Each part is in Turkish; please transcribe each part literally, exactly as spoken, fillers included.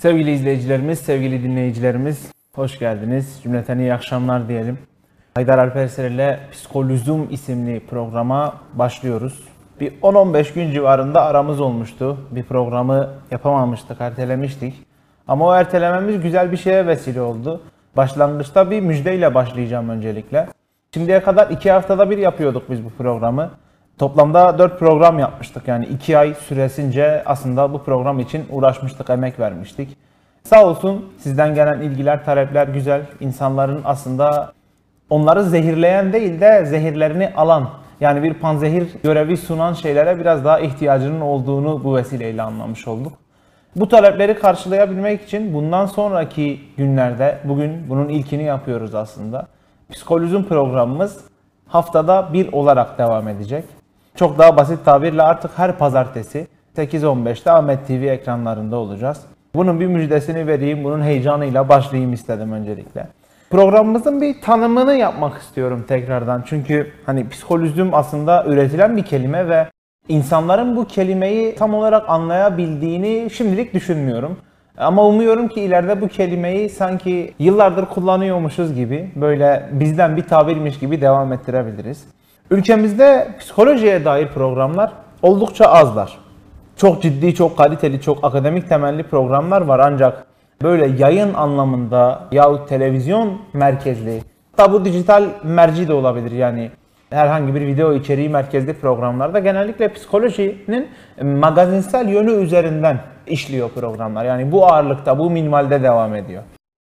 Sevgili izleyicilerimiz, sevgili dinleyicilerimiz, hoş geldiniz. Cümleten iyi akşamlar diyelim. Haydar Alperser ile Psikolüzum isimli programa başlıyoruz. Bir on on beş gün civarında aramız olmuştu. Bir programı yapamamıştık, ertelemiştik. Ama o ertelememiz güzel bir şeye vesile oldu. Başlangıçta bir müjdeyle başlayacağım öncelikle. Şimdiye kadar iki haftada bir yapıyorduk biz bu programı. Toplamda dört program yapmıştık, yani iki ay süresince aslında bu program için uğraşmıştık, emek vermiştik. Sağ olsun sizden gelen ilgiler, talepler güzel. İnsanların aslında onları zehirleyen değil de zehirlerini alan, yani bir panzehir görevi sunan şeylere biraz daha ihtiyacının olduğunu bu vesileyle anlamış olduk. Bu talepleri karşılayabilmek için bundan sonraki günlerde, bugün bunun ilkini yapıyoruz aslında. Psikolüzum programımız haftada bir olarak devam edecek. Çok daha basit tabirle artık her pazartesi sekiz on beşte Ahmet T V ekranlarında olacağız. Bunun bir müjdesini vereyim, bunun heyecanıyla başlayayım istedim öncelikle. Programımızın bir tanımını yapmak istiyorum tekrardan. Çünkü hani psikolüzum aslında üretilen bir kelime ve insanların bu kelimeyi tam olarak anlayabildiğini şimdilik düşünmüyorum. Ama umuyorum ki ileride bu kelimeyi sanki yıllardır kullanıyormuşuz gibi, böyle bizden bir tabirmiş gibi devam ettirebiliriz. Ülkemizde psikolojiye dair programlar oldukça azlar. Çok ciddi, çok kaliteli, çok akademik temelli programlar var, ancak böyle yayın anlamında yahut televizyon merkezli, hatta bu dijital merci de olabilir, yani herhangi bir video içeriği merkezli programlarda genellikle psikolojinin magazinsel yönü üzerinden işliyor programlar. Yani bu ağırlıkta, bu minvalde devam ediyor.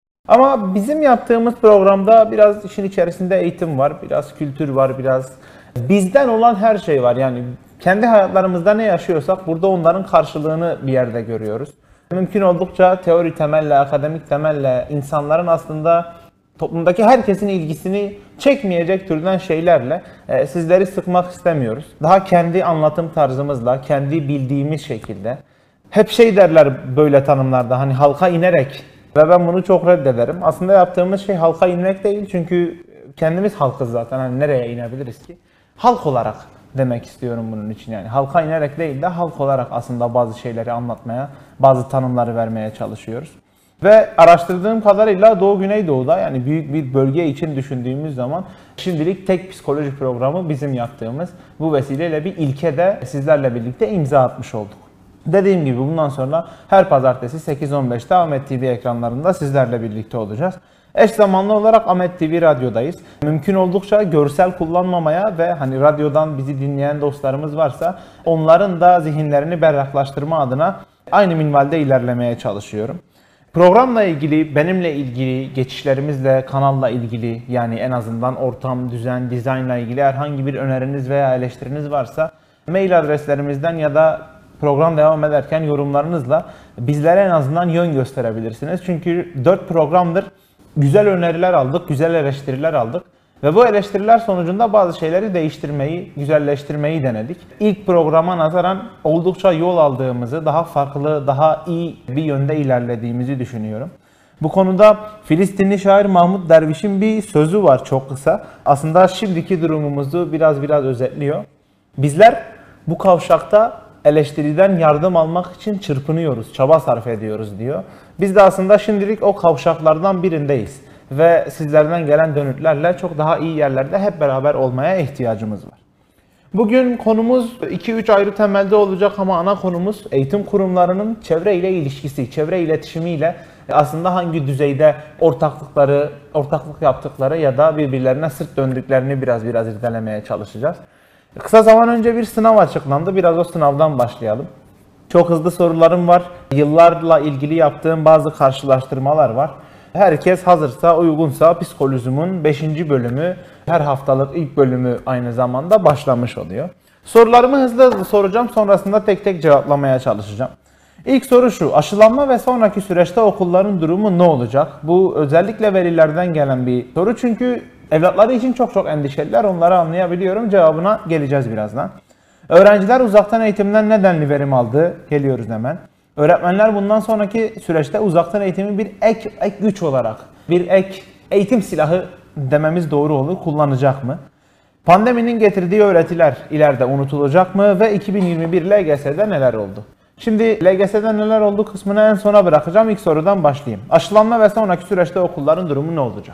Ama bizim yaptığımız programda biraz işin içerisinde eğitim var, biraz kültür var, biraz bizden olan her şey var. Yani kendi hayatlarımızda ne yaşıyorsak burada onların karşılığını bir yerde görüyoruz. Mümkün oldukça teori temelle, akademik temelle, insanların aslında toplumdaki herkesin ilgisini çekmeyecek türden şeylerle e, sizleri sıkmak istemiyoruz. Daha kendi anlatım tarzımızla, kendi bildiğimiz şekilde. Hep şey derler böyle tanımlarda, hani halka inerek, ve ben bunu çok reddederim. Aslında yaptığımız şey halka inmek değil, çünkü kendimiz halkız zaten, hani nereye inebiliriz ki? Halk olarak demek istiyorum bunun için, yani halka inerek değil de halk olarak aslında bazı şeyleri anlatmaya, bazı tanımları vermeye çalışıyoruz. Ve araştırdığım kadarıyla Doğu Güneydoğu'da, yani büyük bir bölge için düşündüğümüz zaman şimdilik tek psikoloji programı bizim yaptığımız, bu vesileyle bir ilke de sizlerle birlikte imza atmış olduk. Dediğim gibi bundan sonra her pazartesi sekiz on beşte Ahmet T V ekranlarında sizlerle birlikte olacağız. Eş zamanlı olarak Ahmet T V Radyo'dayız. Mümkün oldukça görsel kullanmamaya ve hani radyodan bizi dinleyen dostlarımız varsa onların da zihinlerini berraklaştırma adına aynı minvalde ilerlemeye çalışıyorum. Programla ilgili, benimle ilgili, geçişlerimizle, kanalla ilgili, yani en azından ortam, düzen, dizaynla ilgili herhangi bir öneriniz veya eleştiriniz varsa mail adreslerimizden ya da program devam ederken yorumlarınızla bizlere en azından yön gösterebilirsiniz. Çünkü dört programdır güzel öneriler aldık, güzel eleştiriler aldık. Ve bu eleştiriler sonucunda bazı şeyleri değiştirmeyi, güzelleştirmeyi denedik. İlk programa nazaran oldukça yol aldığımızı, daha farklı, daha iyi bir yönde ilerlediğimizi düşünüyorum. Bu konuda Filistinli şair Mahmut Derviş'in bir sözü var çok kısa. Aslında şimdiki durumumuzu biraz biraz özetliyor. Bizler bu kavşakta eleştiriden yardım almak için çırpınıyoruz, çaba sarf ediyoruz diyor. Biz de aslında şimdilik o kavşaklardan birindeyiz. Ve sizlerden gelen dönütlerle çok daha iyi yerlerde hep beraber olmaya ihtiyacımız var. Bugün konumuz iki üç ayrı temelde olacak ama ana konumuz eğitim kurumlarının çevre ile ilişkisi, çevre iletişimiyle aslında hangi düzeyde ortaklıkları, ortaklık yaptıkları ya da birbirlerine sırt döndüklerini biraz biraz irdelemeye çalışacağız. Kısa zaman önce bir sınav açıklandı. Biraz o sınavdan başlayalım. Çok hızlı sorularım var. Yıllarla ilgili yaptığım bazı karşılaştırmalar var. Herkes hazırsa, uygunsa psikolüzumun beşinci bölümü, her haftalık ilk bölümü aynı zamanda başlamış oluyor. Sorularımı hızlı hızlı soracağım, sonrasında tek tek cevaplamaya çalışacağım. İlk soru şu: aşılanma ve sonraki süreçte okulların durumu ne olacak? Bu özellikle velilerden gelen bir soru, çünkü evlatları için çok çok endişeliler, onları anlayabiliyorum. Cevabına geleceğiz birazdan. Öğrenciler uzaktan eğitimden nedenli verim aldı? Geliyoruz hemen. Öğretmenler bundan sonraki süreçte uzaktan eğitimi bir ek, ek güç olarak, bir ek eğitim silahı dememiz doğru olur, kullanacak mı? Pandeminin getirdiği öğretiler ileride unutulacak mı? Ve iki bin yirmi bir L G S'de neler oldu? Şimdi L G S'de neler oldu kısmını en sona bırakacağım. İlk sorudan başlayayım. Aşılanma ve sonraki süreçte okulların durumu ne olacak?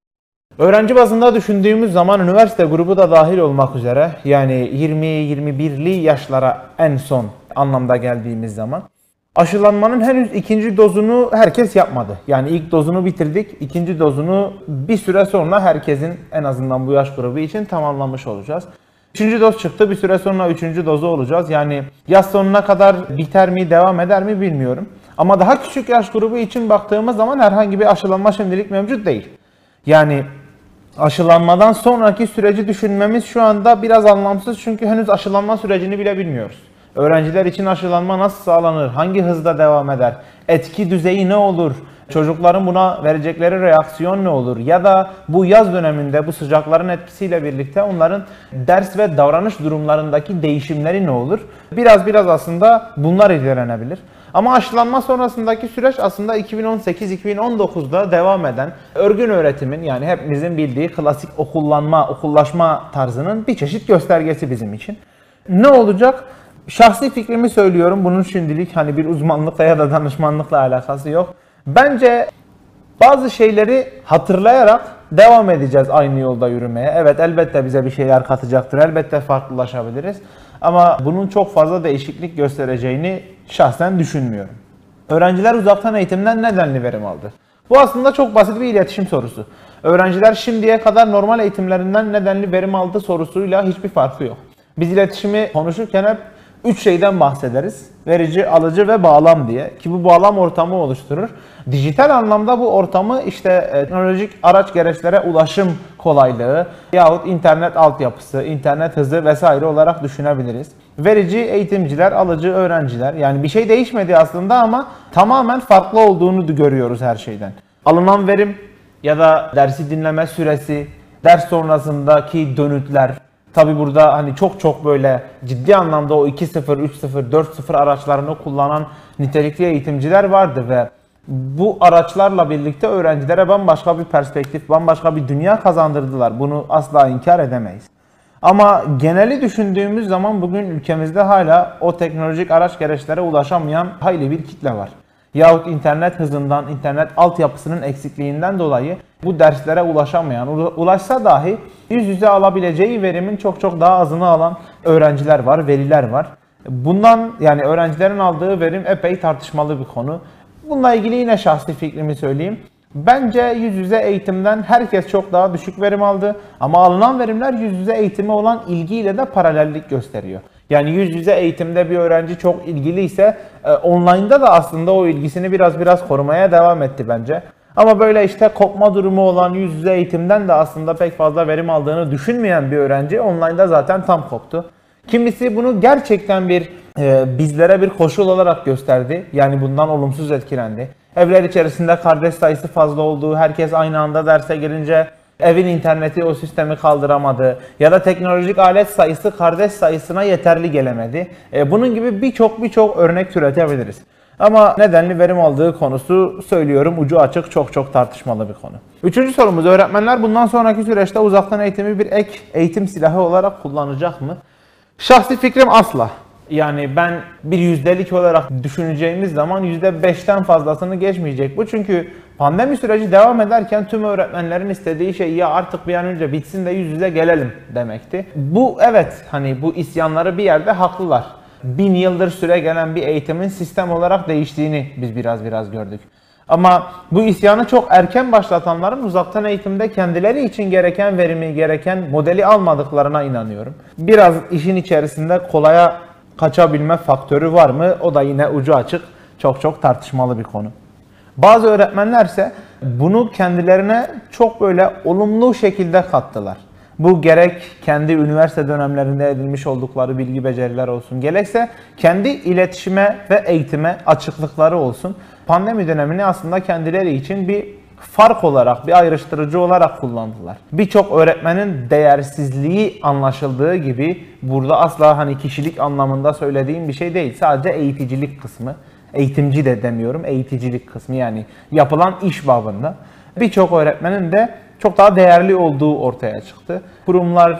Öğrenci bazında düşündüğümüz zaman üniversite grubu da dahil olmak üzere, yani yirmi yirmi birli yaşlara en son anlamda geldiğimiz zaman aşılanmanın henüz ikinci dozunu herkes yapmadı. Yani ilk dozunu bitirdik, ikinci dozunu bir süre sonra herkesin, en azından bu yaş grubu için tamamlamış olacağız. Üçüncü doz çıktı, bir süre sonra üçüncü dozu olacağız. Yani yaz sonuna kadar biter mi, devam eder mi bilmiyorum. Ama daha küçük yaş grubu için baktığımız zaman herhangi bir aşılanma şimdilik mevcut değil. Yani aşılanmadan sonraki süreci düşünmemiz şu anda biraz anlamsız, çünkü henüz aşılanma sürecini bile bilmiyoruz. Öğrenciler için aşılanma nasıl sağlanır, hangi hızda devam eder, etki düzeyi ne olur, çocukların buna verecekleri reaksiyon ne olur ya da bu yaz döneminde bu sıcakların etkisiyle birlikte onların ders ve davranış durumlarındaki değişimleri ne olur? Biraz biraz aslında bunlar incelenebilir. Ama aşılanma sonrasındaki süreç aslında iki bin on sekiz iki bin on dokuzda devam eden örgün öğretimin, yani hepimizin bildiği klasik okullanma, okullaşma tarzının bir çeşit göstergesi bizim için. Ne olacak? Şahsi fikrimi söylüyorum. Bunun şimdilik hani bir uzmanlıkla ya da danışmanlıkla alakası yok. Bence bazı şeyleri hatırlayarak devam edeceğiz aynı yolda yürümeye. Evet, elbette bize bir şeyler katacaktır. Elbette farklılaşabiliriz. Ama bunun çok fazla değişiklik göstereceğini şahsen düşünmüyorum. Öğrenciler uzaktan eğitimden nedenli verim aldı? Bu aslında çok basit bir iletişim sorusu. Öğrenciler şimdiye kadar normal eğitimlerinden nedenli verim aldı sorusuyla hiçbir farkı yok. Biz iletişimi konuşurken hep üç şeyden bahsederiz. Verici, alıcı ve bağlam diye. Ki bu bağlam ortamı oluşturur. Dijital anlamda bu ortamı işte teknolojik araç gereçlere ulaşım kolaylığı yahut internet altyapısı, internet hızı vesaire olarak düşünebiliriz. Verici eğitimciler, alıcı öğrenciler. Yani bir şey değişmedi aslında ama tamamen farklı olduğunu görüyoruz her şeyden. Alınan verim ya da dersi dinleme süresi, ders sonrasındaki dönütler. Tabi burada hani çok çok böyle ciddi anlamda o iki sıfır, üç sıfır, dört sıfır araçlarını kullanan nitelikli eğitimciler vardı ve bu araçlarla birlikte öğrencilere bambaşka bir perspektif, bambaşka bir dünya kazandırdılar. Bunu asla inkar edemeyiz. Ama geneli düşündüğümüz zaman bugün ülkemizde hala o teknolojik araç gereçlere ulaşamayan hayli bir kitle var. Yahut internet hızından, internet altyapısının eksikliğinden dolayı bu derslere ulaşamayan, ulaşsa dahi yüz yüze alabileceği verimin çok çok daha azını alan öğrenciler var, veliler var. Bundan, yani öğrencilerin aldığı verim epey tartışmalı bir konu. Bununla ilgili yine şahsi fikrimi söyleyeyim. Bence yüz yüze eğitimden herkes çok daha düşük verim aldı ama alınan verimler yüz yüze eğitime olan ilgiyle de paralellik gösteriyor. Yani yüz yüze eğitimde bir öğrenci çok ilgiliyse online'da da aslında o ilgisini biraz biraz korumaya devam etti bence. Ama böyle işte kopma durumu olan yüz yüze eğitimden de aslında pek fazla verim aldığını düşünmeyen bir öğrenci online'da zaten tam koptu. Kimisi bunu gerçekten bir e, bizlere bir koşul olarak gösterdi. Yani bundan olumsuz etkilendi. Evler içerisinde kardeş sayısı fazla olduğu, herkes aynı anda derse girince evin interneti o sistemi kaldıramadı ya da teknolojik alet sayısı kardeş sayısına yeterli gelemedi. E, bunun gibi birçok birçok örnek türetebiliriz. Ama nedenli verim aldığı konusu, söylüyorum, ucu açık, çok çok tartışmalı bir konu. Üçüncü sorumuz, öğretmenler bundan sonraki süreçte uzaktan eğitimi bir ek eğitim silahı olarak kullanacak mı? Şahsi fikrim asla. Yani ben bir yüzdelik olarak düşüneceğimiz zaman yüzde beşten fazlasını geçmeyecek bu. Çünkü pandemi süreci devam ederken tüm öğretmenlerin istediği şey ya artık bir an önce bitsin de yüz yüze gelelim demekti. Bu evet, hani bu isyanları bir yerde haklılar. Bin yıldır süre gelen bir eğitimin sistem olarak değiştiğini biz biraz biraz gördük. Ama bu isyanı çok erken başlatanların uzaktan eğitimde kendileri için gereken verimi, gereken modeli almadıklarına inanıyorum. Biraz işin içerisinde kolaya kaçabilme faktörü var mı? O da yine ucu açık, çok çok tartışmalı bir konu. Bazı öğretmenler ise bunu kendilerine çok böyle olumlu şekilde kattılar. Bu gerek kendi üniversite dönemlerinde edinmiş oldukları bilgi beceriler olsun, gerekse kendi iletişime ve eğitime açıklıkları olsun. Pandemi dönemini aslında kendileri için bir fark olarak, bir ayrıştırıcı olarak kullandılar. Birçok öğretmenin değersizliği anlaşıldığı gibi burada asla hani kişilik anlamında söylediğim bir şey değil. Sadece eğiticilik kısmı. Eğitimci de demiyorum, eğiticilik kısmı, yani yapılan iş babında. Birçok öğretmenin de çok daha değerli olduğu ortaya çıktı. Kurumlar,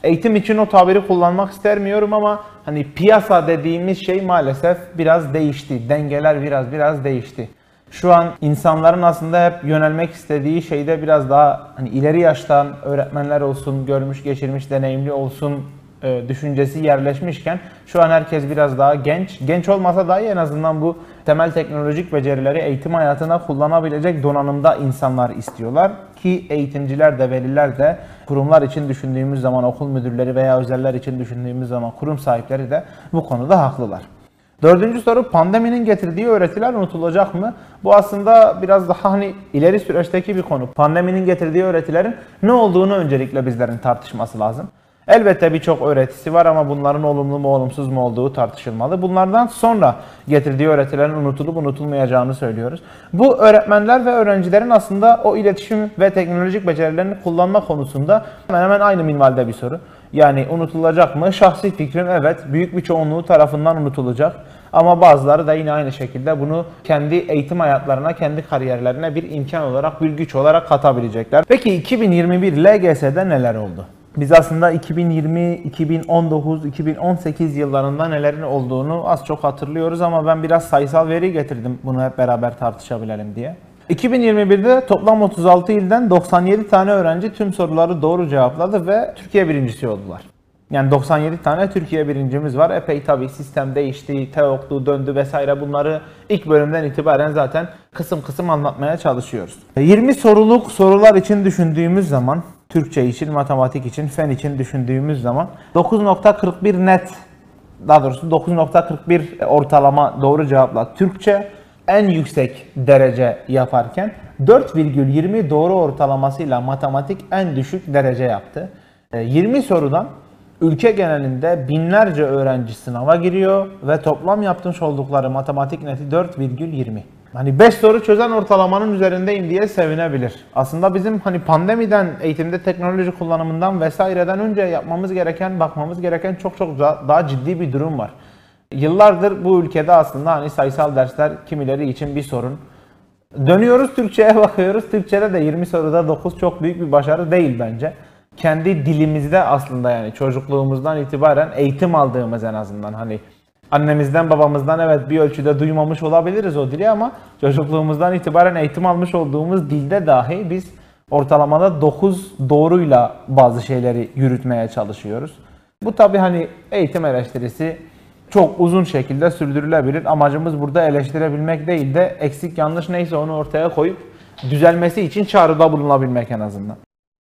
Eğitim için o tabiri kullanmak istemiyorum ama hani piyasa dediğimiz şey maalesef biraz değişti. Dengeler biraz biraz değişti. Şu an insanların aslında hep yönelmek istediği şeyde biraz daha hani ileri yaştan öğretmenler olsun, görmüş geçirmiş, deneyimli olsun e, düşüncesi yerleşmişken şu an herkes biraz daha genç. Genç olmasa dahi en azından bu temel teknolojik becerileri eğitim hayatına kullanabilecek donanımda insanlar istiyorlar. Ki eğitimciler de, veliler de, kurumlar için düşündüğümüz zaman okul müdürleri veya özeller için düşündüğümüz zaman kurum sahipleri de bu konuda haklılar. Dördüncü soru, pandeminin getirdiği öğretiler unutulacak mı? Bu aslında biraz daha hani ileri süreçteki bir konu. Pandeminin getirdiği öğretilerin ne olduğunu öncelikle bizlerin tartışması lazım. Elbette birçok öğretisi var ama bunların olumlu mu olumsuz mu olduğu tartışılmalı. Bunlardan sonra getirdiği öğretilerin unutulup unutulmayacağını söylüyoruz. Bu öğretmenler ve öğrencilerin aslında o iletişim ve teknolojik becerilerini kullanma konusunda hemen hemen aynı minvalde bir soru. Yani unutulacak mı? Şahsi fikrim evet, büyük bir çoğunluğu tarafından unutulacak. Ama bazıları da yine aynı şekilde bunu kendi eğitim hayatlarına, kendi kariyerlerine bir imkan olarak, bir güç olarak katabilecekler. Peki iki bin yirmi bir L G S'de neler oldu? Biz aslında iki bin yirmi, iki bin on dokuz, iki bin on sekiz yıllarında nelerin olduğunu az çok hatırlıyoruz ama ben biraz sayısal veri getirdim bunu hep beraber tartışabilelim diye. iki bin yirmi birde toplam otuz altı ilden doksan yedi tane öğrenci tüm soruları doğru cevapladı ve Türkiye birincisi oldular. Yani doksan yedi tane Türkiye birincimiz var. Epey tabii sistem değişti, TEOG'du, döndü vesaire, bunları ilk bölümden itibaren zaten kısım kısım anlatmaya çalışıyoruz. yirmi soruluk sorular için düşündüğümüz zaman, Türkçe için, matematik için, fen için düşündüğümüz zaman dokuz nokta kırk bir net, daha doğrusu dokuz nokta kırk bir ortalama doğru cevapla Türkçe en yüksek derece yaparken dört virgül yirmi doğru ortalamasıyla matematik en düşük derece yaptı. yirmi sorudan ülke genelinde binlerce öğrenci sınava giriyor ve toplam yapmış oldukları matematik neti dört virgül yirmi. Hani beş soru çözen ortalamanın üzerindeyim diye sevinebilir. Aslında bizim hani pandemiden, eğitimde teknoloji kullanımından vesaireden önce yapmamız gereken, bakmamız gereken çok çok daha ciddi bir durum var. Yıllardır bu ülkede aslında hani sayısal dersler kimileri için bir sorun. Dönüyoruz Türkçe'ye bakıyoruz. Türkçe'de de yirmi soruda dokuz çok büyük bir başarı değil bence. Kendi dilimizde aslında yani çocukluğumuzdan itibaren eğitim aldığımız, en azından hani annemizden babamızdan evet bir ölçüde duymamış olabiliriz o dili ama çocukluğumuzdan itibaren eğitim almış olduğumuz dilde dahi biz ortalamada dokuz doğruyla bazı şeyleri yürütmeye çalışıyoruz. Bu tabii hani eğitim eleştirisi çok uzun şekilde sürdürülebilir. Amacımız burada eleştirebilmek değil de eksik yanlış neyse onu ortaya koyup düzelmesi için çağrıda bulunabilmek en azından.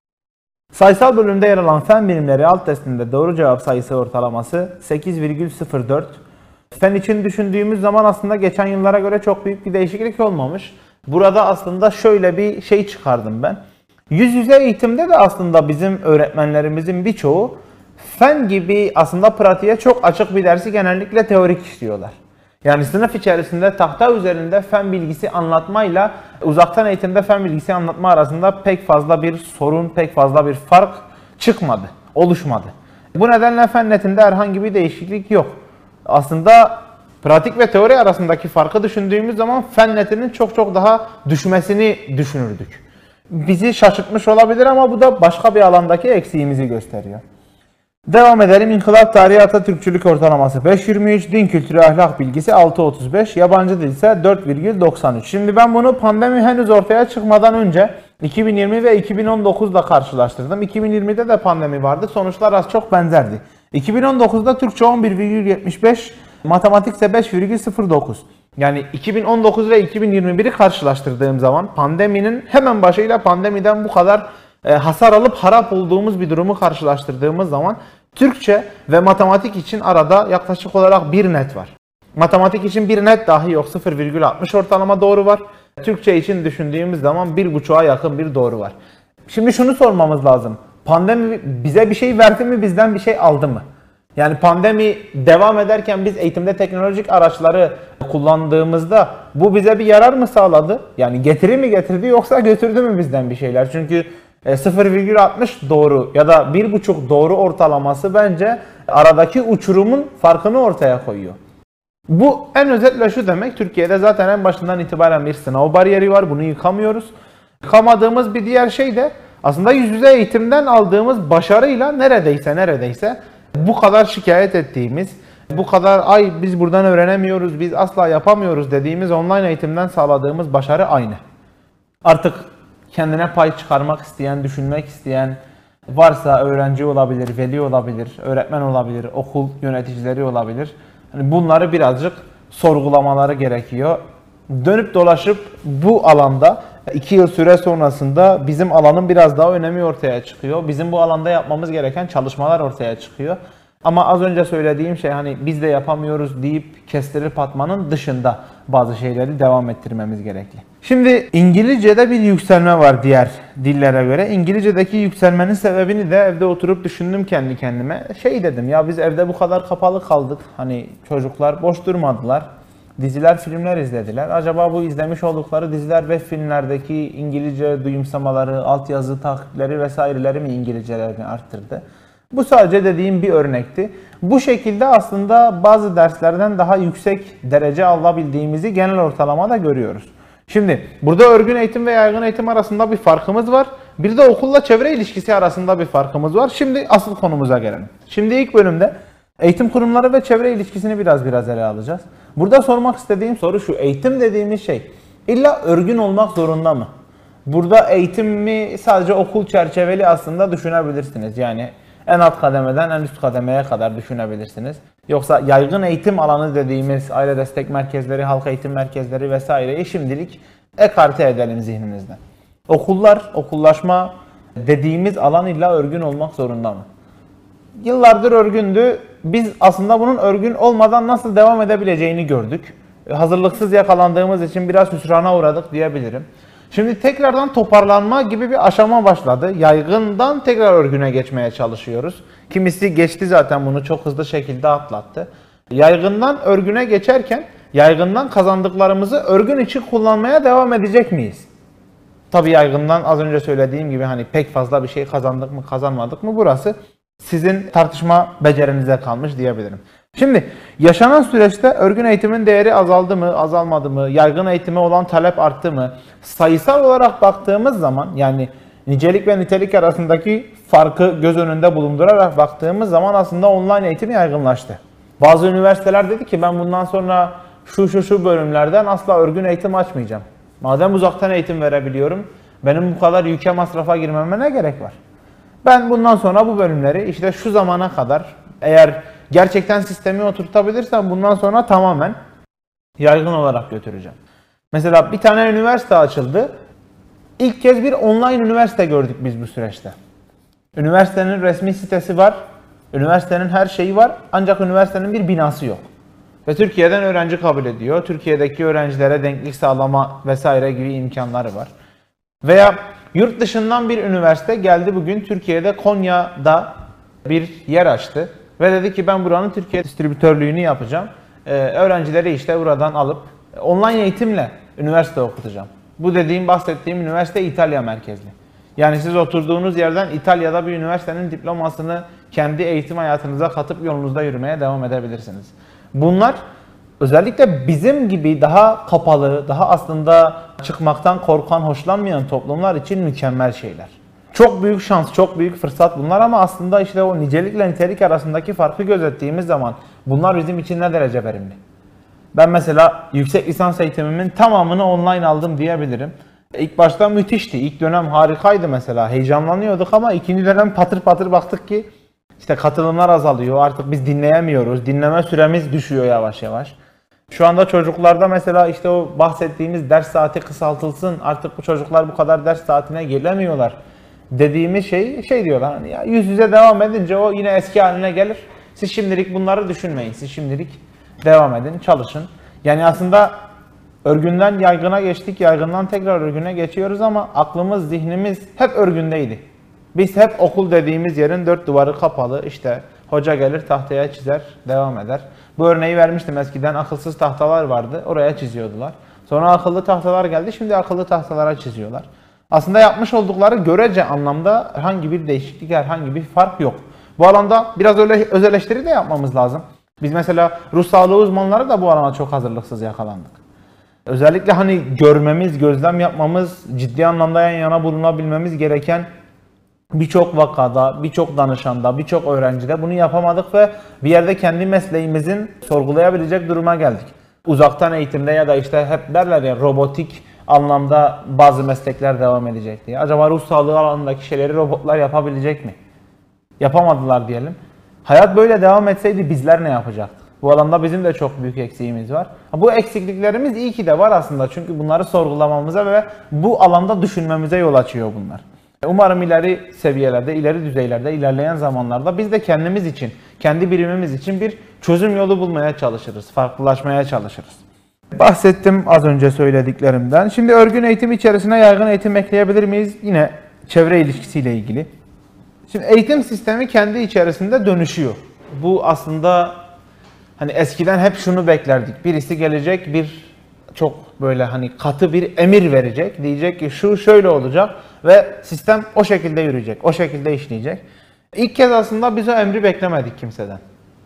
Sayısal bölümde yer alan fen bilimleri alt testinde doğru cevap sayısı ortalaması sekiz virgül sıfır dört. Fen için düşündüğümüz zaman aslında geçen yıllara göre çok büyük bir değişiklik olmamış. Burada aslında şöyle bir şey çıkardım ben. Yüz yüze eğitimde de aslında bizim öğretmenlerimizin birçoğu fen gibi aslında pratiğe çok açık bir dersi genellikle teorik işliyorlar. Yani sınıf içerisinde tahta üzerinde fen bilgisi anlatmayla uzaktan eğitimde fen bilgisi anlatma arasında pek fazla bir sorun, pek fazla bir fark çıkmadı, oluşmadı. Bu nedenle fen netinde herhangi bir değişiklik yok. Aslında pratik ve teori arasındaki farkı düşündüğümüz zaman fen netinin çok çok daha düşmesini düşünürdük. Bizi şaşırtmış olabilir ama bu da başka bir alandaki eksiğimizi gösteriyor. Devam edelim. İnkılap Tarihi Atatürkçülük ortalaması beş virgül yirmi üç, din kültürü ahlak bilgisi altı virgül otuz beş, yabancı dil ise dört virgül doksan üç. Şimdi ben bunu pandemi henüz ortaya çıkmadan önce iki bin yirmi ve iki bin on dokuzla karşılaştırdım. iki bin yirmide de pandemi vardı. Sonuçlar az çok benzerdi. iki bin on dokuzda Türkçe on bir virgül yetmiş beş, matematik ise beş virgül sıfır dokuz. Yani iki bin on dokuz ve iki bin yirmi biri karşılaştırdığım zaman pandeminin hemen başıyla pandemiden bu kadar e, hasar alıp harap olduğumuz bir durumu karşılaştırdığımız zaman Türkçe ve matematik için arada yaklaşık olarak bir net var. Matematik için bir net dahi yok, sıfır virgül altmış ortalama doğru var. Türkçe için düşündüğümüz zaman bir buçuğa yakın bir doğru var. Şimdi şunu sormamız lazım. Pandemi bize bir şey verdi mi, bizden bir şey aldı mı? Yani pandemi devam ederken biz eğitimde teknolojik araçları kullandığımızda bu bize bir yarar mı sağladı? Yani getiri mi getirdi yoksa götürdü mü bizden bir şeyler? Çünkü sıfır virgül altmış doğru ya da bir buçuk doğru ortalaması bence aradaki uçurumun farkını ortaya koyuyor. Bu en özetle şu demek: Türkiye'de zaten en başından itibaren bir sınav bariyeri var. Bunu yıkamıyoruz. Yıkamadığımız bir diğer şey de Aslında yüz yüze eğitimden aldığımız başarıyla neredeyse neredeyse bu kadar şikayet ettiğimiz, bu kadar ay biz buradan öğrenemiyoruz, biz asla yapamıyoruz dediğimiz online eğitimden sağladığımız başarı aynı. Artık kendine pay çıkarmak isteyen, düşünmek isteyen varsa öğrenci olabilir, veli olabilir, öğretmen olabilir, okul yöneticileri olabilir. Yani bunları birazcık sorgulamaları gerekiyor. Dönüp dolaşıp bu alanda iki yıl süre sonrasında bizim alanın biraz daha önemi ortaya çıkıyor. Bizim bu alanda yapmamız gereken çalışmalar ortaya çıkıyor. Ama az önce söylediğim şey hani biz de yapamıyoruz deyip kestirip atmanın dışında bazı şeyleri devam ettirmemiz gerekli. Şimdi İngilizce'de bir yükselme var diğer dillere göre. İngilizce'deki yükselmenin sebebini de evde oturup düşündüm kendi kendime. Şey dedim ya biz evde bu kadar kapalı kaldık. Hani çocuklar boş durmadılar. Diziler, filmler izlediler. Acaba bu izlemiş oldukları diziler ve filmlerdeki İngilizce duyumsamaları, altyazı takipleri vesaireleri mi İngilizcelerini arttırdı? Bu sadece dediğim bir örnekti. Bu şekilde aslında bazı derslerden daha yüksek derece alabildiğimizi genel ortalamada görüyoruz. Şimdi burada örgün eğitim ve yaygın eğitim arasında bir farkımız var. Bir de okulla çevre ilişkisi arasında bir farkımız var. Şimdi asıl konumuza gelelim. Şimdi ilk bölümde eğitim kurumları ve çevre ilişkisini biraz biraz ele alacağız. Burada sormak istediğim soru şu: eğitim dediğimiz şey illa örgün olmak zorunda mı? Burada eğitimi sadece okul çerçeveli aslında düşünebilirsiniz. Yani en alt kademeden en üst kademeye kadar düşünebilirsiniz. Yoksa yaygın eğitim alanı dediğimiz aile destek merkezleri, halk eğitim merkezleri vesaireyi şimdilik ekarte edelim zihninizden. Okullar, okullaşma dediğimiz alan illa örgün olmak zorunda mı? Yıllardır örgündü. Biz aslında bunun örgün olmadan nasıl devam edebileceğini gördük. Hazırlıksız yakalandığımız için biraz hüsrana uğradık diyebilirim. Şimdi tekrardan toparlanma gibi bir aşama başladı. Yaygından tekrar örgüne geçmeye çalışıyoruz. Kimisi geçti zaten, bunu çok hızlı şekilde atlattı. Yaygından örgüne geçerken yaygından kazandıklarımızı örgün için kullanmaya devam edecek miyiz? Tabii yaygından az önce söylediğim gibi hani pek fazla bir şey kazandık mı kazanmadık mı burası sizin tartışma becerinize kalmış diyebilirim. Şimdi yaşanan süreçte örgün eğitimin değeri azaldı mı, azalmadı mı, yaygın eğitime olan talep arttı mı? Sayısal olarak baktığımız zaman, yani nicelik ve nitelik arasındaki farkı göz önünde bulundurarak baktığımız zaman aslında online eğitim yaygınlaştı. Bazı üniversiteler dedi ki ben bundan sonra şu şu şu bölümlerden asla örgün eğitim açmayacağım. Madem uzaktan eğitim verebiliyorum, benim bu kadar yüke masrafa girmeme ne gerek var? Ben bundan sonra bu bölümleri işte şu zamana kadar, eğer gerçekten sistemi oturtabilirsem bundan sonra tamamen yaygın olarak götüreceğim. Mesela bir tane üniversite açıldı. İlk kez bir online üniversite gördük biz bu süreçte. Üniversitenin resmi sitesi var. Üniversitenin her şeyi var. Ancak üniversitenin bir binası yok. Ve Türkiye'den öğrenci kabul ediyor. Türkiye'deki öğrencilere denklik sağlama vesaire gibi imkanları var. Veya yurt dışından bir üniversite geldi bugün Türkiye'de Konya'da bir yer açtı. Ve dedi ki ben buranın Türkiye distribütörlüğünü yapacağım. Ee, öğrencileri işte buradan alıp online eğitimle üniversite okutacağım. Bu dediğim, bahsettiğim üniversite İtalya merkezli. Yani siz oturduğunuz yerden İtalya'da bir üniversitenin diplomasını kendi eğitim hayatınıza katıp yolunuzda yürümeye devam edebilirsiniz. Bunlar özellikle bizim gibi daha kapalı, daha aslında çıkmaktan korkan, hoşlanmayan toplumlar için mükemmel şeyler. Çok büyük şans, çok büyük fırsat bunlar ama aslında işte o nicelikle nitelik arasındaki farkı gözettiğimiz zaman bunlar bizim için ne derece verimli? Ben mesela yüksek lisans eğitimimin tamamını online aldım diyebilirim. İlk başta müthişti. İlk dönem harikaydı mesela. Heyecanlanıyorduk ama ikinci dönem patır patır baktık ki işte katılımlar azalıyor. Artık biz dinleyemiyoruz. Dinleme süremiz düşüyor yavaş yavaş. Şu anda çocuklarda mesela işte o bahsettiğimiz ders saati kısaltılsın. Artık bu çocuklar bu kadar ders saatine gelemiyorlar dediğimiz şey şey diyorlar. Hani ya yüz yüze devam edince o yine eski haline gelir. Siz şimdilik bunları düşünmeyin. Siz şimdilik devam edin, çalışın. Yani aslında örgünden yaygına geçtik, yaygından tekrar örgüne geçiyoruz ama aklımız, zihnimiz hep örgündeydi. Biz hep okul dediğimiz yerin dört duvarı kapalı, işte hoca gelir tahtaya çizer, devam eder. Bu örneği vermiştim, eskiden akılsız tahtalar vardı, oraya çiziyordular. Sonra akıllı tahtalar geldi, şimdi akıllı tahtalara çiziyorlar. Aslında yapmış oldukları görece anlamda herhangi bir değişiklik, herhangi bir fark yok. Bu alanda biraz öyle öz eleştiri de yapmamız lazım. Biz mesela ruh sağlığı uzmanları da bu alana çok hazırlıksız yakalandık. Özellikle hani görmemiz, gözlem yapmamız, ciddi anlamda yan yana bulunabilmemiz gereken birçok vakada, birçok danışanda, birçok öğrencide bunu yapamadık ve bir yerde kendi mesleğimizin sorgulayabilecek duruma geldik. Uzaktan eğitimde ya da işte hep derler ya robotik anlamda bazı meslekler devam edecek diye. Acaba ruh sağlığı alanındaki şeyleri robotlar yapabilecek mi? Yapamadılar diyelim. Hayat böyle devam etseydi bizler ne yapacaktık? Bu alanda bizim de çok büyük eksiğimiz var. Bu eksikliklerimiz iyi ki de var aslında. Çünkü bunları sorgulamamıza ve bu alanda düşünmemize yol açıyor bunlar. Umarım ileri seviyelerde, ileri düzeylerde, ilerleyen zamanlarda biz de kendimiz için, kendi birimimiz için bir çözüm yolu bulmaya çalışırız, farklılaşmaya çalışırız. Bahsettim az önce söylediklerimden. Şimdi örgün eğitim içerisine yaygın eğitim ekleyebilir miyiz? Yine çevre ilişkisiyle ilgili. Şimdi eğitim sistemi kendi içerisinde dönüşüyor. Bu aslında hani eskiden hep şunu beklerdik. Birisi gelecek, bir çok böyle hani katı bir emir verecek. Diyecek ki şu şöyle olacak ve sistem o şekilde yürüyecek, o şekilde işleyecek. İlk kez aslında biz o emri beklemedik kimseden.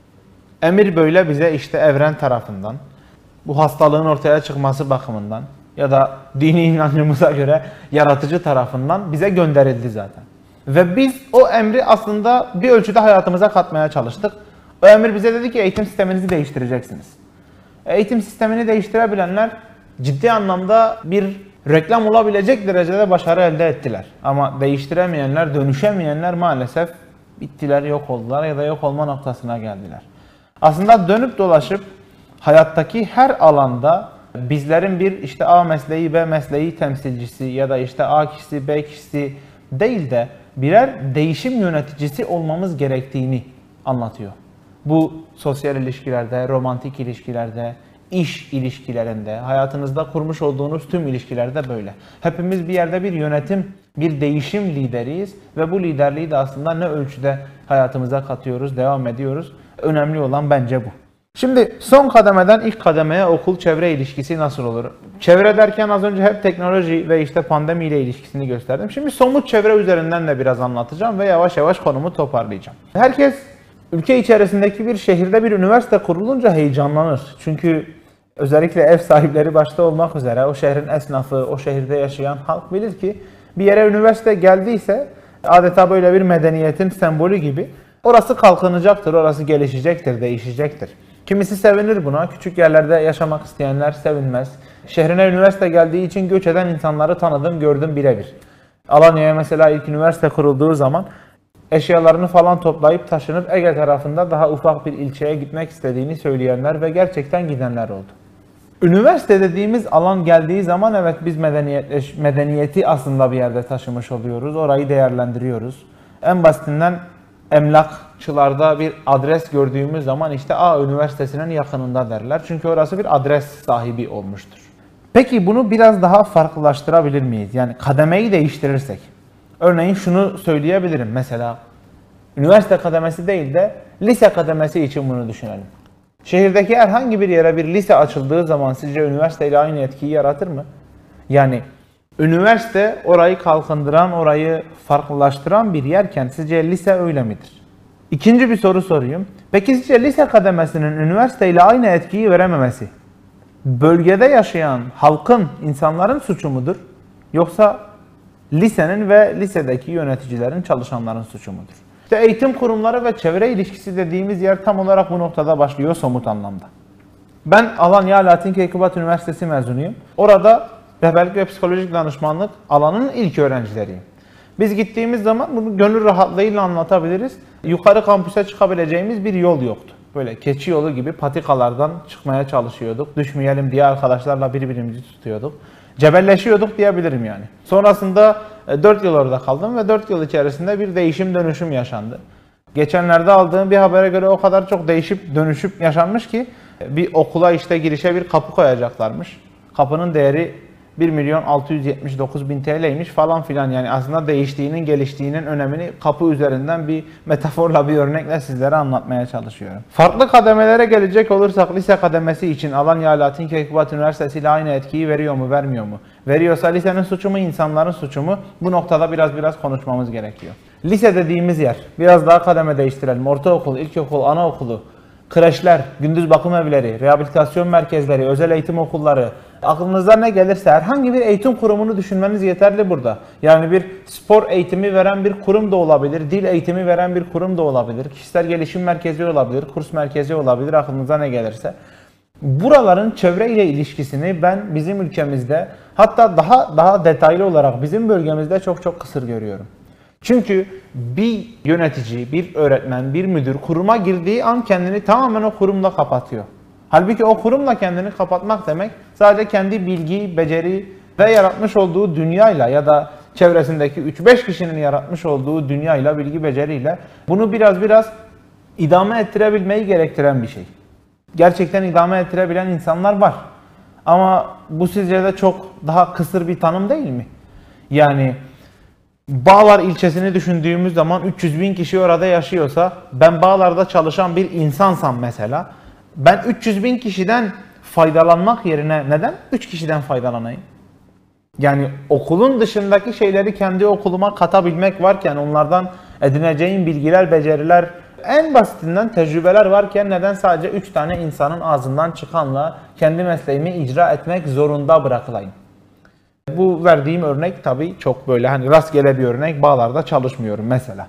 Emir böyle bize işte evren tarafından, bu hastalığın ortaya çıkması bakımından ya da dini inancımıza göre yaratıcı tarafından bize gönderildi zaten. Ve biz o emri aslında bir ölçüde hayatımıza katmaya çalıştık. O emir bize dedi ki eğitim sisteminizi değiştireceksiniz. Eğitim sistemini değiştirebilenler ciddi anlamda bir reklam olabilecek derecede başarı elde ettiler. Ama değiştiremeyenler, dönüşemeyenler maalesef bittiler, yok oldular ya da yok olma noktasına geldiler. Aslında dönüp dolaşıp hayattaki her alanda bizlerin bir işte A mesleği, B mesleği temsilcisi ya da işte A kişisi, B kişisi değil de birer değişim yöneticisi olmamız gerektiğini anlatıyor. Bu sosyal ilişkilerde, romantik ilişkilerde, iş ilişkilerinde, hayatınızda kurmuş olduğunuz tüm ilişkilerde böyle. Hepimiz bir yerde bir yönetim, bir değişim lideriyiz ve bu liderliği de aslında ne ölçüde hayatımıza katıyoruz, devam ediyoruz. Önemli olan bence bu. Şimdi son kademeden ilk kademeye okul-çevre ilişkisi nasıl olur? Çevre derken az önce hep teknoloji ve işte pandemiyle ilişkisini gösterdim. Şimdi somut çevre üzerinden de biraz anlatacağım ve yavaş yavaş konumu toparlayacağım. Herkes ülke içerisindeki bir şehirde bir üniversite kurulunca heyecanlanır. Çünkü özellikle ev sahipleri başta olmak üzere o şehrin esnafı, o şehirde yaşayan halk bilir ki bir yere üniversite geldiyse adeta böyle bir medeniyetin sembolü gibi orası kalkınacaktır, orası gelişecektir, değişecektir. Kimisi sevinir buna, küçük yerlerde yaşamak isteyenler sevinmez. Şehrine üniversite geldiği için göç eden insanları tanıdım, gördüm birebir. Alanya'ya mesela ilk üniversite kurulduğu zaman eşyalarını falan toplayıp taşınıp Ege tarafında daha ufak bir ilçeye gitmek istediğini söyleyenler ve gerçekten gidenler oldu. Üniversite dediğimiz alan geldiği zaman evet biz medeniyet, medeniyeti aslında bir yerde taşımış oluyoruz. Orayı değerlendiriyoruz. En basitinden emlakçılarda bir adres gördüğümüz zaman işte A üniversitesinin yakınında derler. Çünkü orası bir adres sahibi olmuştur. Peki bunu biraz daha farklılaştırabilir miyiz? Yani kademeyi değiştirirsek. Örneğin şunu söyleyebilirim mesela. Üniversite kademesi değil de lise kademesi için bunu düşünelim. Şehirdeki herhangi bir yere bir lise açıldığı zaman sizce üniversiteyle aynı etkiyi yaratır mı? Yani üniversite orayı kalkındıran, orayı farklılaştıran bir yerken sizce lise öyle midir? İkinci bir soru sorayım. Peki sizce lise kademesinin üniversiteyle aynı etkiyi verememesi bölgede yaşayan halkın, insanların suçu mudur? Yoksa lisenin ve lisedeki yöneticilerin, çalışanların suçu mudur? İşte eğitim kurumları ve çevre ilişkisi dediğimiz yer tam olarak bu noktada başlıyor somut anlamda. Ben Alanya Alaaddin Keykubat Üniversitesi mezunuyum. Orada rehberlik ve psikolojik danışmanlık alanının ilk öğrencileriyim. Biz gittiğimiz zaman bunu gönül rahatlığıyla anlatabiliriz. Yukarı kampüse çıkabileceğimiz bir yol yoktu. Böyle keçi yolu gibi patikalardan çıkmaya çalışıyorduk. Düşmeyelim diye arkadaşlarla birbirimizi tutuyorduk. Cebelleşiyorduk diyebilirim yani. Sonrasında dört yıl orada kaldım ve dört yıl içerisinde bir değişim dönüşüm yaşandı. Geçenlerde aldığım bir habere göre o kadar çok değişip dönüşüp yaşanmış ki bir okula işte girişe bir kapı koyacaklarmış. Kapının değeri bir milyon altı yüz yetmiş dokuz bin T L'ymiş falan filan. Yani aslında değiştiğinin, geliştiğinin önemini kapı üzerinden bir metaforla, bir örnekle sizlere anlatmaya çalışıyorum. Farklı kademelere gelecek olursak lise kademesi için Alanya Alaaddin Keykubat Üniversitesi ile aynı etkiyi veriyor mu, vermiyor mu? Veriyorsa lisenin suçu mu, insanların suçu mu? Bu noktada biraz biraz konuşmamız gerekiyor. Lise dediğimiz yer, biraz daha kademe değiştirelim. Ortaokul, ilkokul, anaokulu, kreşler, gündüz bakım evleri, rehabilitasyon merkezleri, özel eğitim okulları, Aklınıza ne gelirse herhangi bir eğitim kurumunu düşünmeniz yeterli burada. Yani bir spor eğitimi veren bir kurum da olabilir, dil eğitimi veren bir kurum da olabilir, kişisel gelişim merkezi olabilir, kurs merkezi olabilir, aklınıza ne gelirse. Buraların çevre ile ilişkisini ben bizim ülkemizde, hatta daha daha detaylı olarak bizim bölgemizde çok çok kısır görüyorum. Çünkü bir yönetici, bir öğretmen, bir müdür kuruma girdiği an kendini tamamen o kurumla kapatıyor. Halbuki o kurumla kendini kapatmak demek sadece kendi bilgi, beceri ve yaratmış olduğu dünyayla ya da çevresindeki üç beş kişinin yaratmış olduğu dünyayla, bilgi, beceriyle bunu biraz biraz idame ettirebilmeyi gerektiren bir şey. Gerçekten idame ettirebilen insanlar var. Ama bu sizce de çok daha kısır bir tanım değil mi? Yani Bağlar ilçesini düşündüğümüz zaman üç yüz bin kişi orada yaşıyorsa, ben Bağlar'da çalışan bir insansam mesela, ben üç yüz bin kişiden faydalanmak yerine neden üç kişiden faydalanayım? Yani okulun dışındaki şeyleri kendi okuluma katabilmek varken, onlardan edineceğim bilgiler, beceriler, en basitinden tecrübeler varken neden sadece üç tane insanın ağzından çıkanla kendi mesleğimi icra etmek zorunda bırakılayım? Bu verdiğim örnek tabii çok böyle hani rastgele bir örnek. Bağlar'da çalışmıyorum mesela.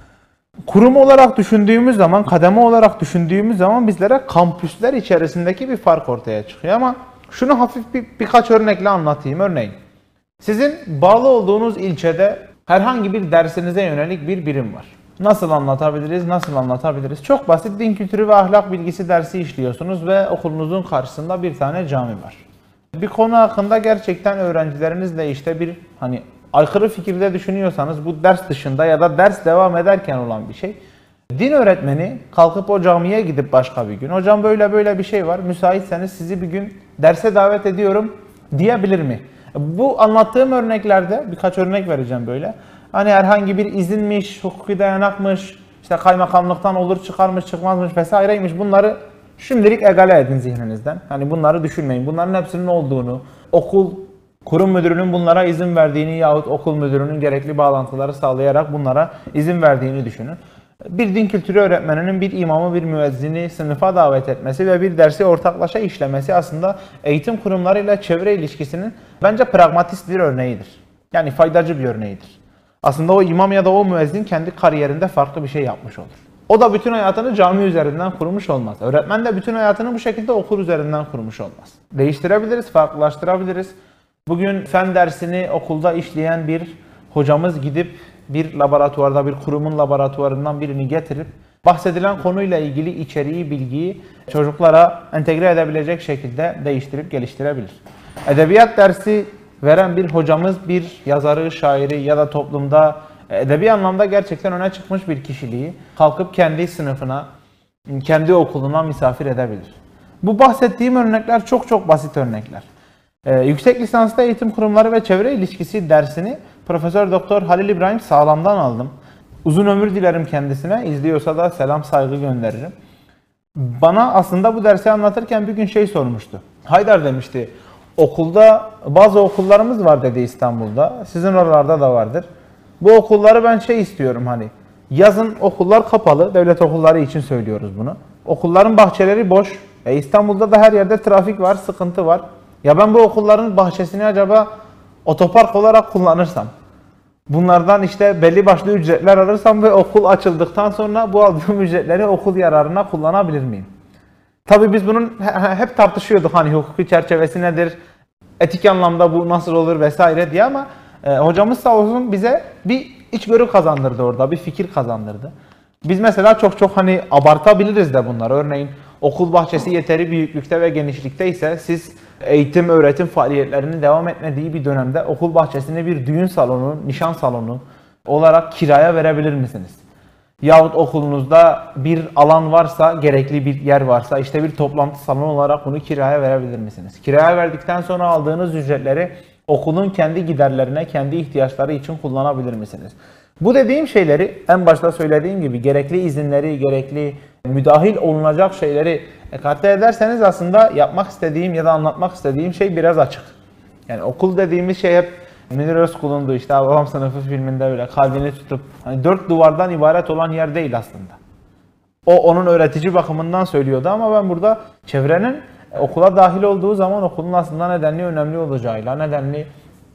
Kurum olarak düşündüğümüz zaman, kademe olarak düşündüğümüz zaman bizlere kampüsler içerisindeki bir fark ortaya çıkıyor. Ama şunu hafif bir, birkaç örnekle anlatayım. Örneğin, sizin bağlı olduğunuz ilçede herhangi bir dersinize yönelik bir birim var. Nasıl anlatabiliriz, nasıl anlatabiliriz? Çok basit, din kültürü ve ahlak bilgisi dersi işliyorsunuz ve okulunuzun karşısında bir tane cami var. Bir konu hakkında gerçekten öğrencilerinizle işte bir hani aykırı fikirde düşünüyorsanız, bu ders dışında ya da ders devam ederken olan bir şey. Din öğretmeni kalkıp o camiye gidip başka bir gün, hocam böyle böyle bir şey var, müsaitseniz sizi bir gün derse davet ediyorum diyebilir mi? Bu anlattığım örneklerde birkaç örnek vereceğim böyle. Hani herhangi bir izinmiş, hukuki dayanakmış, işte kaymakamlıktan olur çıkarmış çıkmazmış vesaireymiş, bunları şimdilik egale edin zihninizden. Hani bunları düşünmeyin. Bunların hepsinin olduğunu, okul, kurum müdürünün bunlara izin verdiğini yahut okul müdürünün gerekli bağlantıları sağlayarak bunlara izin verdiğini düşünün. Bir din kültürü öğretmeninin bir imamı, bir müezzini sınıfa davet etmesi ve bir dersi ortaklaşa işlemesi aslında eğitim kurumlarıyla çevre ilişkisinin bence pragmatist bir örneğidir. Yani faydacı bir örneğidir. Aslında o imam ya da o müezzin kendi kariyerinde farklı bir şey yapmış olur. O da bütün hayatını cami üzerinden kurmuş olmaz. Öğretmen de bütün hayatını bu şekilde okul üzerinden kurmuş olmaz. Değiştirebiliriz, farklılaştırabiliriz. Bugün fen dersini okulda işleyen bir hocamız gidip bir laboratuvarda, bir kurumun laboratuvarından birini getirip bahsedilen konuyla ilgili içeriği, bilgiyi çocuklara entegre edebilecek şekilde değiştirip geliştirebilir. Edebiyat dersi veren bir hocamız bir yazarı, şairi ya da toplumda edebi anlamda gerçekten öne çıkmış bir kişiliği kalkıp kendi sınıfına, kendi okuluna misafir edebilir. Bu bahsettiğim örnekler çok çok basit örnekler. Ee, yüksek lisansta eğitim kurumları ve çevre ilişkisi dersini Profesör Doktor Halil İbrahim Sağlam'dan aldım. Uzun ömür dilerim kendisine. İzliyorsa da selam saygı gönderirim. Bana aslında bu dersi anlatırken bir gün şey sormuştu. Haydar demişti, okulda bazı okullarımız var dedi İstanbul'da. Sizin oralarda da vardır. Bu okulları ben şey istiyorum hani. Yazın okullar kapalı. Devlet okulları için söylüyoruz bunu. Okulların bahçeleri boş. E İstanbul'da da her yerde trafik var, sıkıntı var. Ya ben bu okulların bahçesini acaba otopark olarak kullanırsam, bunlardan işte belli başlı ücretler alırsam ve okul açıldıktan sonra bu aldığım ücretleri okul yararına kullanabilir miyim? Tabii biz bunun hep tartışıyorduk hani hukuki çerçevesi nedir, etik anlamda bu nasıl olur vesaire diye ama e, hocamız sağ olsun bize bir içgörü kazandırdı orada, bir fikir kazandırdı. Biz mesela çok çok hani abartabiliriz de bunları. Örneğin okul bahçesi yeteri büyüklükte ve genişlikte ise siz eğitim, öğretim faaliyetlerinin devam etmediği bir dönemde okul bahçesini bir düğün salonu, nişan salonu olarak kiraya verebilir misiniz? Yahut okulunuzda bir alan varsa, gerekli bir yer varsa işte bir toplantı salonu olarak bunu kiraya verebilir misiniz? Kiraya verdikten sonra aldığınız ücretleri okulun kendi giderlerine, kendi ihtiyaçları için kullanabilir misiniz? Bu dediğim şeyleri en başta söylediğim gibi gerekli izinleri, gerekli müdahil olunacak şeyleri ekarte ederseniz aslında yapmak istediğim ya da anlatmak istediğim şey biraz açık. Yani okul dediğimiz şey hep Münir Özkul'undu işte Babam Sınıfı filminde öyle kalbini tutup hani dört duvardan ibaret olan yer değil aslında. O onun öğretici bakımından söylüyordu ama ben burada çevrenin Okula dahil olduğu zaman okulun aslında nedenli önemli olacağıyla, nedenli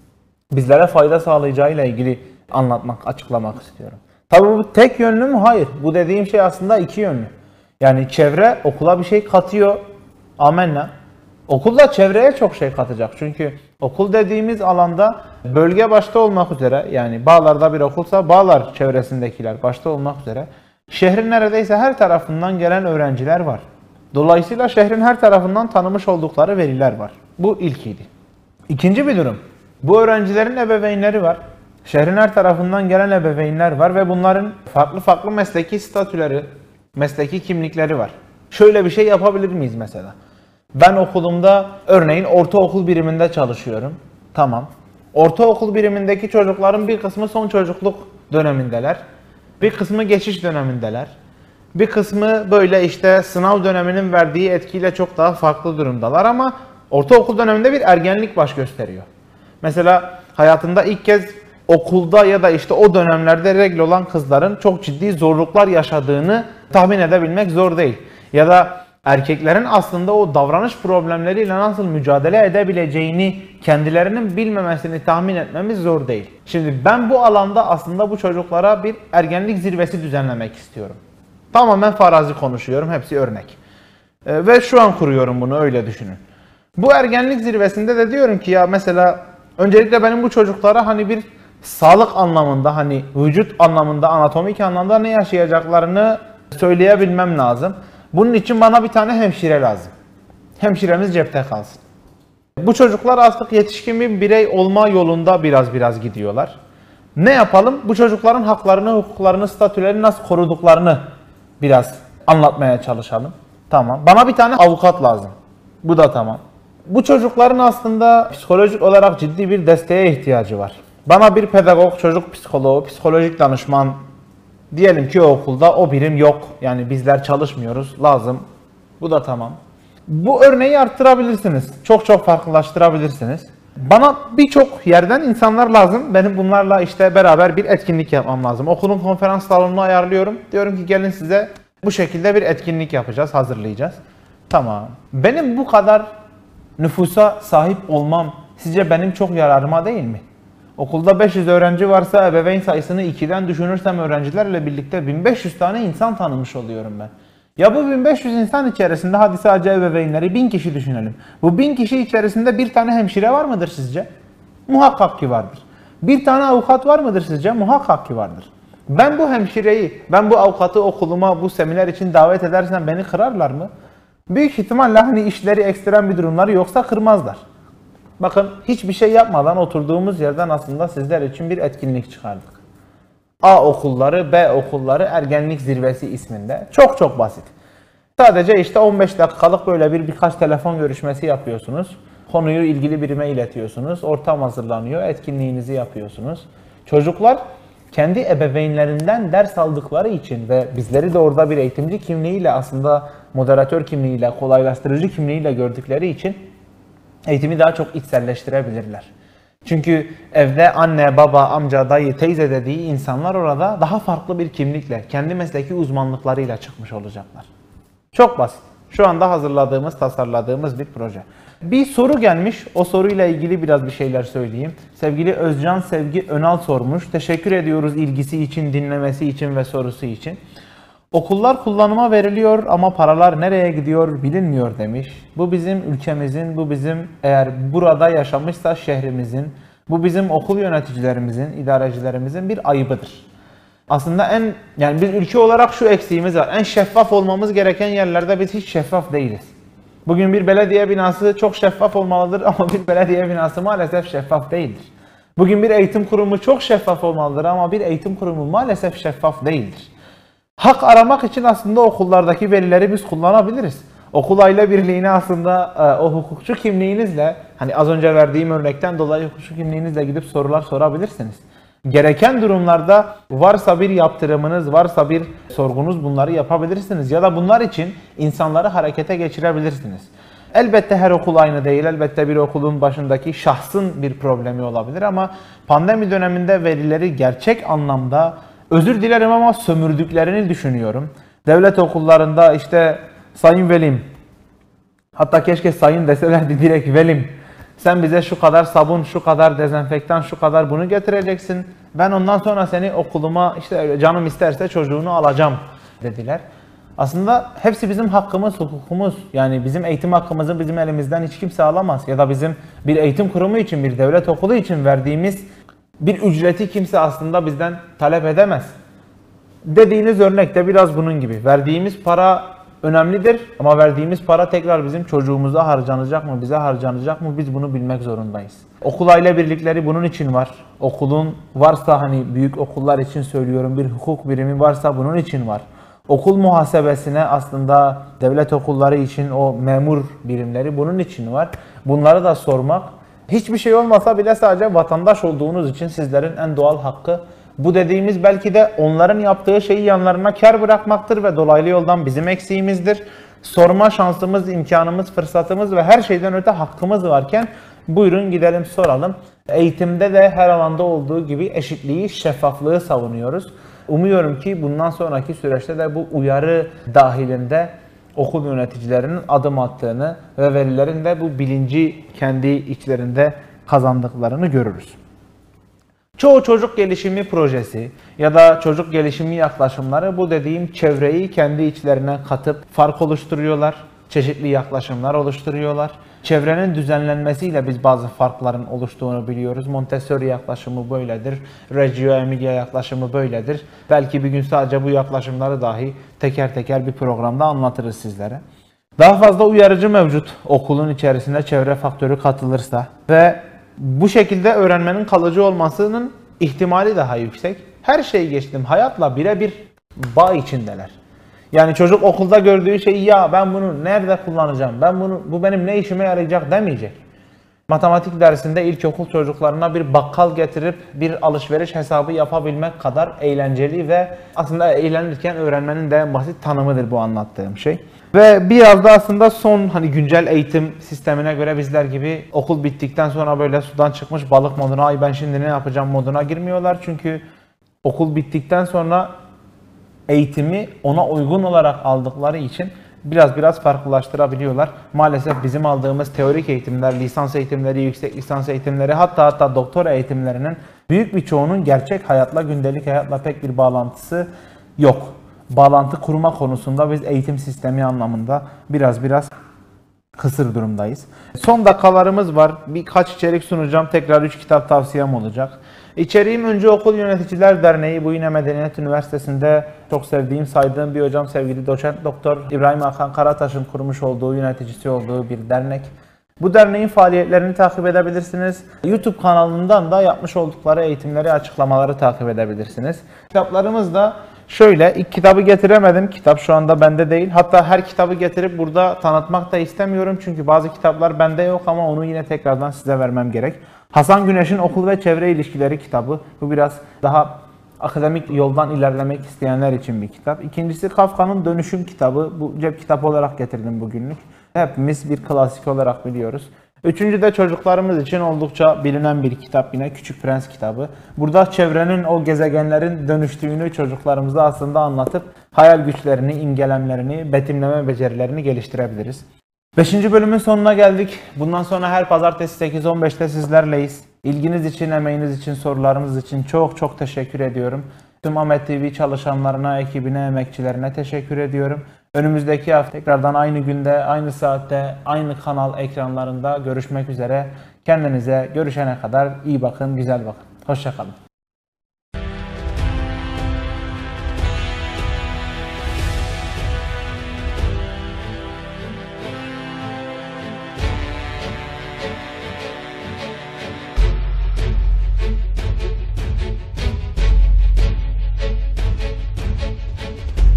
bizlere fayda sağlayacağıyla ilgili anlatmak, açıklamak istiyorum. Tabii bu tek yönlü mü? Hayır. Bu dediğim şey aslında iki yönlü. Yani çevre okula bir şey katıyor. Amenna. Okul da çevreye çok şey katacak. Çünkü okul dediğimiz alanda bölge başta olmak üzere, yani Bağlar'da bir okulsa Bağlar çevresindekiler başta olmak üzere şehrin neredeyse her tarafından gelen öğrenciler var. Dolayısıyla şehrin her tarafından tanımış oldukları veliler var. Bu ilkiydi. İkinci bir durum. Bu öğrencilerin ebeveynleri var. Şehrin her tarafından gelen ebeveynler var ve bunların farklı farklı mesleki statüleri, mesleki kimlikleri var. Şöyle bir şey yapabilir miyiz mesela? Ben okulumda örneğin ortaokul biriminde çalışıyorum. Tamam. Ortaokul birimindeki çocukların bir kısmı son çocukluk dönemindeler. Bir kısmı geçiş dönemindeler. Bir kısmı böyle işte sınav döneminin verdiği etkiyle çok daha farklı durumdalar ama ortaokul döneminde bir ergenlik baş gösteriyor. Mesela hayatında ilk kez okulda ya da işte o dönemlerde regl olan kızların çok ciddi zorluklar yaşadığını tahmin edebilmek zor değil. Ya da erkeklerin aslında o davranış problemleriyle nasıl mücadele edebileceğini kendilerinin bilmemesini tahmin etmemiz zor değil. Şimdi ben bu alanda aslında bu çocuklara bir ergenlik zirvesi düzenlemek istiyorum. Tamamen farazi konuşuyorum, hepsi örnek. Ee, ve şu an kuruyorum bunu, öyle düşünün. Bu ergenlik zirvesinde de diyorum ki ya mesela öncelikle benim bu çocuklara hani bir sağlık anlamında, hani vücut anlamında, anatomik anlamda ne yaşayacaklarını söyleyebilmem lazım. Bunun için bana bir tane hemşire lazım. Hemşiremiz cepte kalsın. Bu çocuklar artık yetişkin bir birey olma yolunda biraz biraz gidiyorlar. Ne yapalım? Bu çocukların haklarını, hukuklarını, statülerini nasıl koruduklarını biraz anlatmaya çalışalım. Tamam. Bana bir tane avukat lazım. Bu da tamam. Bu çocukların aslında psikolojik olarak ciddi bir desteğe ihtiyacı var. Bana bir pedagog, çocuk psikoloğu, psikolojik danışman, diyelim ki o okulda o birim yok. Yani bizler çalışmıyoruz. Lazım. Bu da tamam. Bu örneği arttırabilirsiniz. Çok çok farklılaştırabilirsiniz. Bana birçok yerden insanlar lazım. Benim bunlarla işte beraber bir etkinlik yapmam lazım. Okulun konferans salonunu ayarlıyorum. Diyorum ki gelin size bu şekilde bir etkinlik yapacağız, hazırlayacağız. Tamam. Benim bu kadar nüfusa sahip olmam sizce benim çok yararıma değil mi? Okulda beş yüz öğrenci varsa ebeveyn sayısını ikiden düşünürsem öğrencilerle birlikte bin beş yüz tane insan tanımış oluyorum ben. Ya bu bin beş yüz insan içerisinde hadi sadece ebeveynleri bin kişi düşünelim. Bu bin kişi içerisinde bir tane hemşire var mıdır sizce? Muhakkak ki vardır. Bir tane avukat var mıdır sizce? Muhakkak ki vardır. Ben bu hemşireyi, ben bu avukatı okuluma bu seminer için davet edersem beni kırarlar mı? Büyük ihtimalle hani işleri ekstrem bir durumları yoksa kırmazlar. Bakın hiçbir şey yapmadan oturduğumuz yerden aslında sizler için bir etkinlik çıkardık. A okulları, B okulları ergenlik zirvesi isminde. Çok çok basit. Sadece işte on beş dakikalık böyle bir birkaç telefon görüşmesi yapıyorsunuz. Konuyu ilgili birime iletiyorsunuz. Ortam hazırlanıyor, etkinliğinizi yapıyorsunuz. Çocuklar kendi ebeveynlerinden ders aldıkları için ve bizleri de orada bir eğitimci kimliğiyle aslında moderatör kimliğiyle, kolaylaştırıcı kimliğiyle gördükleri için eğitimi daha çok içselleştirebilirler. Çünkü evde anne, baba, amca, dayı, teyze dediği insanlar orada daha farklı bir kimlikle, kendi mesleki uzmanlıklarıyla çıkmış olacaklar. Çok basit. Şu anda hazırladığımız, tasarladığımız bir proje. Bir soru gelmiş. O soruyla ilgili biraz bir şeyler söyleyeyim. Sevgili Özcan Sevgi Önal sormuş. Teşekkür ediyoruz ilgisi için, dinlemesi için ve sorusu için. Okullar kullanıma veriliyor ama paralar nereye gidiyor bilinmiyor demiş. Bu bizim ülkemizin, bu bizim eğer burada yaşamışsa şehrimizin, bu bizim okul yöneticilerimizin, idarecilerimizin bir ayıbıdır. Aslında en, yani biz ülke olarak şu eksiğimiz var. En şeffaf olmamız gereken yerlerde biz hiç şeffaf değiliz. Bugün bir belediye binası çok şeffaf olmalıdır ama bir belediye binası maalesef şeffaf değildir. Bugün bir eğitim kurumu çok şeffaf olmalıdır ama bir eğitim kurumu maalesef şeffaf değildir. Hak aramak için aslında okullardaki verileri biz kullanabiliriz. Okul aile birliğine aslında e, o hukukçu kimliğinizle, hani az önce verdiğim örnekten dolayı hukukçu kimliğinizle gidip sorular sorabilirsiniz. Gereken durumlarda varsa bir yaptırımınız, varsa bir sorgunuz bunları yapabilirsiniz. Ya da bunlar için insanları harekete geçirebilirsiniz. Elbette her okul aynı değil. Elbette bir okulun başındaki şahsın bir problemi olabilir ama pandemi döneminde verileri gerçek anlamda, özür dilerim ama sömürdüklerini düşünüyorum. Devlet okullarında işte sayın velim, Hatta keşke sayın deselerdi direkt velim. Sen bize şu kadar sabun, şu kadar dezenfektan, şu kadar bunu getireceksin. Ben ondan sonra seni okuluma işte canım isterse çocuğunu alacağım dediler. Aslında hepsi bizim hakkımız, hukukumuz. Yani bizim eğitim hakkımızı bizim elimizden hiç kimse alamaz. Ya da bizim bir eğitim kurumu için, bir devlet okulu için verdiğimiz bir ücreti kimse aslında bizden talep edemez. Dediğiniz örnekte biraz bunun gibi. Verdiğimiz para önemlidir ama verdiğimiz para tekrar bizim çocuğumuza harcanacak mı, bize harcanacak mı, biz bunu bilmek zorundayız. Okul aile birlikleri bunun için var. Okulun varsa, hani büyük okullar için söylüyorum, bir hukuk birimi varsa bunun için var. Okul muhasebesine aslında devlet okulları için o memur birimleri bunun için var. Bunları da sormak, hiçbir şey olmasa bile sadece vatandaş olduğunuz için sizlerin en doğal hakkı. Bu dediğimiz belki de onların yaptığı şeyi yanlarına kar bırakmaktır ve dolaylı yoldan bizim eksiğimizdir. Sorma şansımız, imkanımız, fırsatımız ve her şeyden öte hakkımız varken buyurun gidelim soralım. Eğitimde de her alanda olduğu gibi eşitliği, şeffaflığı savunuyoruz. Umuyorum ki bundan sonraki süreçte de bu uyarı dahilinde okul yöneticilerinin adım attığını ve velilerin de bu bilinci kendi içlerinde kazandıklarını görürüz. Çoğu çocuk gelişimi projesi ya da çocuk gelişimi yaklaşımları bu dediğim çevreyi kendi içlerine katıp fark oluşturuyorlar. Çeşitli yaklaşımlar oluşturuyorlar. Çevrenin düzenlenmesiyle biz bazı farkların oluştuğunu biliyoruz. Montessori yaklaşımı böyledir. Reggio Emilia yaklaşımı böyledir. Belki bir gün sadece bu yaklaşımları dahi teker teker bir programda anlatırız sizlere. Daha fazla uyarıcı mevcut okulun içerisinde çevre faktörü katılırsa ve bu şekilde öğrenmenin kalıcı olmasının ihtimali daha yüksek. Her şeyi geçtim. Hayatla birebir bağ içindeler. Yani çocuk okulda gördüğü şeyi ya ben bunu nerede kullanacağım, ben bunu bu benim ne işime yarayacak demeyecek. Matematik dersinde ilkokul çocuklarına bir bakkal getirip bir alışveriş hesabı yapabilmek kadar eğlenceli ve aslında eğlenirken öğrenmenin de basit tanımıdır bu anlattığım şey. Ve biraz da aslında son hani güncel eğitim sistemine göre bizler gibi okul bittikten sonra böyle sudan çıkmış balık moduna ay ben şimdi ne yapacağım moduna girmiyorlar. Çünkü okul bittikten sonra eğitimi ona uygun olarak aldıkları için biraz biraz farklılaştırabiliyorlar. Maalesef bizim aldığımız teorik eğitimler, lisans eğitimleri, yüksek lisans eğitimleri hatta hatta doktora eğitimlerinin büyük bir çoğunun gerçek hayatla, gündelik hayatla pek bir bağlantısı yok. Bağlantı kurma konusunda biz eğitim sistemi anlamında biraz biraz kısır durumdayız. Son dakikalarımız var. Birkaç içerik sunacağım. Tekrar üç kitap tavsiyem olacak. İçeriğim önce Okul Yöneticiler Derneği. Bu yine Medeniyet Üniversitesi'nde çok sevdiğim, saydığım bir hocam sevgili doçent doktor İbrahim Hakan Karataş'ın kurmuş olduğu, yöneticisi olduğu bir dernek. Bu derneğin faaliyetlerini takip edebilirsiniz. YouTube kanalından da yapmış oldukları eğitimleri, açıklamaları takip edebilirsiniz. Kitaplarımız da şöyle, ilk kitabı getiremedim. Kitap şu anda bende değil. Hatta her kitabı getirip burada tanıtmak da istemiyorum. Çünkü bazı kitaplar bende yok ama onu yine tekrardan size vermem gerek. Hasan Güneş'in Okul ve Çevre İlişkileri kitabı. Bu biraz daha akademik yoldan ilerlemek isteyenler için bir kitap. İkincisi Kafka'nın Dönüşüm kitabı. Bu cep kitabı olarak getirdim bugünlük. Hepimiz bir klasik olarak biliyoruz. Üçüncü de çocuklarımız için oldukça bilinen bir kitap yine Küçük Prens kitabı. Burada çevrenin o gezegenlerin dönüştüğünü çocuklarımıza aslında anlatıp hayal güçlerini, imgelemlerini, betimleme becerilerini geliştirebiliriz. Beşinci bölümün sonuna geldik. Bundan sonra her pazartesi sekiz on beşte sizlerleyiz. İlginiz için, emeğiniz için, sorularınız için çok çok teşekkür ediyorum. Tüm Ahmet T V çalışanlarına, ekibine, emekçilerine teşekkür ediyorum. Önümüzdeki hafta tekrardan aynı günde, aynı saatte, aynı kanal ekranlarında görüşmek üzere. Kendinize görüşene kadar iyi bakın, güzel bakın. Hoşça kalın.